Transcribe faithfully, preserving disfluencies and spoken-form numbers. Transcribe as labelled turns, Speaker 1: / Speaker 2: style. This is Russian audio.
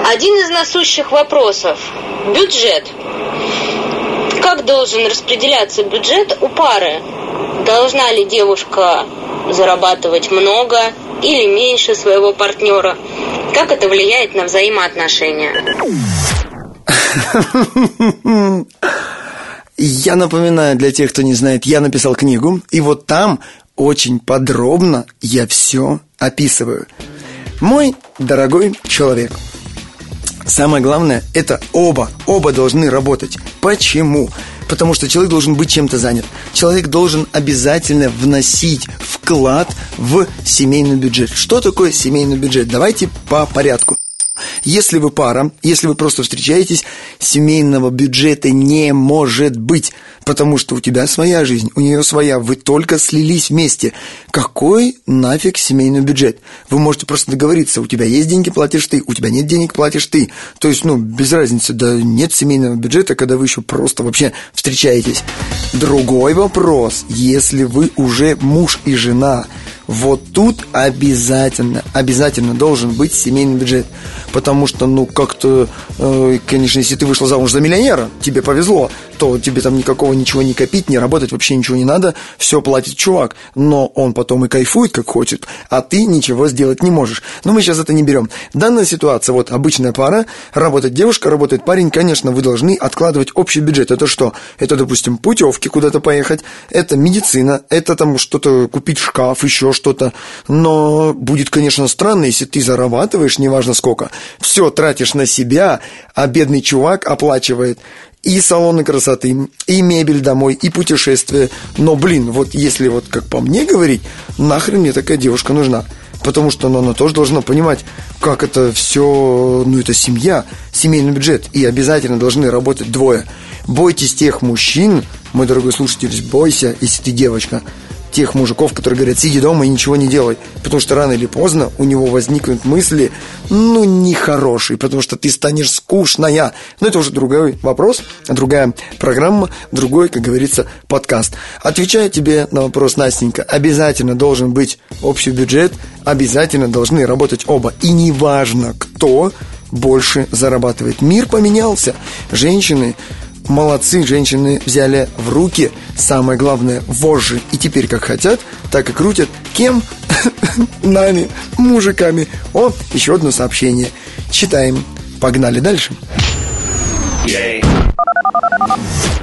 Speaker 1: Один из насущих вопросов – бюджет. Как должен распределяться бюджет у пары? Должна ли девушка зарабатывать много или меньше своего партнера? Как это влияет на взаимоотношения?
Speaker 2: Я напоминаю для тех, кто не знает, я написал книгу, и вот там очень подробно я все описываю. Мой дорогой человек, самое главное, это оба, оба должны работать. Почему? Потому что человек должен быть чем-то занят. Человек должен обязательно вносить вклад в семейный бюджет. Что такое семейный бюджет? Давайте по порядку. Если вы пара, если вы просто встречаетесь, семейного бюджета не может быть, потому что у тебя своя жизнь, у нее своя, вы только слились вместе. Какой нафиг семейный бюджет? Вы можете просто договориться, у тебя есть деньги, платишь ты, у тебя нет денег, платишь ты. То есть, ну, без разницы, да нет семейного бюджета, когда вы еще просто вообще встречаетесь. Другой вопрос, если вы уже муж и жена, вот тут обязательно, обязательно должен быть семейный бюджет. Потому что, ну, как-то, э, конечно, если ты вышла замуж за миллионера, тебе повезло, то тебе там никакого ничего не копить, не работать, вообще ничего не надо, все платит чувак. Но он потом и кайфует, как хочет, а ты ничего сделать не можешь. Но мы сейчас это не берем. Данная ситуация, вот обычная пара, работает девушка, работает парень, конечно, вы должны откладывать общий бюджет. Это что? Это, допустим, путевки куда-то поехать, это медицина, это там что-то купить, шкаф, еще что-то. Но будет, конечно, странно, если ты зарабатываешь, неважно сколько, все тратишь на себя, а бедный чувак оплачивает и салоны красоты, и мебель домой, и путешествия. Но, блин, вот если вот как по мне говорить, нахрен мне такая девушка нужна? Потому что ну, она тоже должна понимать, как это все, ну это семья, семейный бюджет, и обязательно должны работать двое. Бойтесь тех мужчин, мой дорогой слушатель, бойся, если ты девочка, тех мужиков, которые говорят, сиди дома и ничего не делай, потому что рано или поздно у него возникнут мысли, ну, нехорошие, потому что ты станешь скучная. Но это уже другой вопрос, другая программа, другой, как говорится, подкаст. Отвечаю тебе на вопрос, Настенька, обязательно должен быть общий бюджет, обязательно должны работать оба, и неважно, кто больше зарабатывает. Мир поменялся, женщины молодцы, женщины взяли в руки, самое главное, вожжи. И теперь как хотят, так и крутят. Кем? Нами, мужиками. О, еще одно сообщение. Читаем. Погнали дальше.